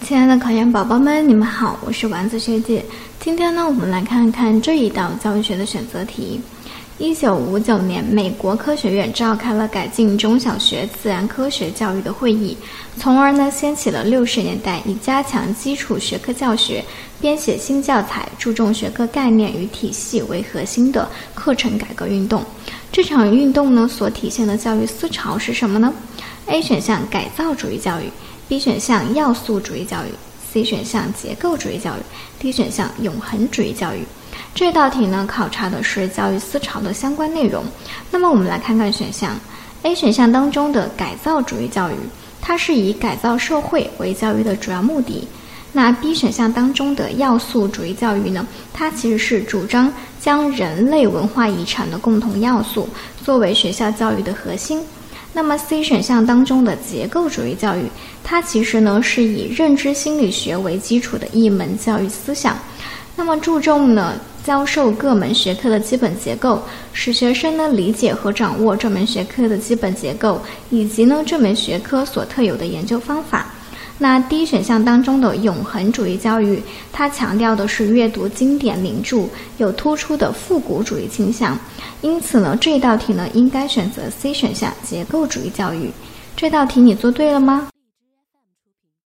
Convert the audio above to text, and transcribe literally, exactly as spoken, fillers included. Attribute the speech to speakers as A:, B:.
A: 亲爱的考研宝宝们，你们好，我是丸子学姐。今天呢，我们来看看这一道教育学的选择题。一九五九年，美国科学院召开了改进中小学自然科学教育的会议，从而呢掀起了六十年代以加强基础学科教学、编写新教材、注重学科概念与体系为核心的课程改革运动。这场运动呢所体现的教育思潮是什么呢？ A 选项改造主义教育， B 选项要素主义教育， C 选项结构主义教育， D 选项永恒主义教育。这道题呢考察的是教育思潮的相关内容。那么我们来看看选项 A 选项当中的改造主义教育，它是以改造社会为教育的主要目的。那 B 选项当中的要素主义教育呢，它其实是主张将人类文化遗产的共同要素作为学校教育的核心。那么 C 选项当中的结构主义教育，它其实呢是以认知心理学为基础的一门教育思想，那么注重呢教授各门学科的基本结构，使学生呢理解和掌握这门学科的基本结构，以及呢这门学科所特有的研究方法。那 D 选项当中的永恒主义教育，它强调的是阅读经典名著，有突出的复古主义倾向。因此呢，这道题呢应该选择 C 选项结构主义教育。这道题你做对了吗？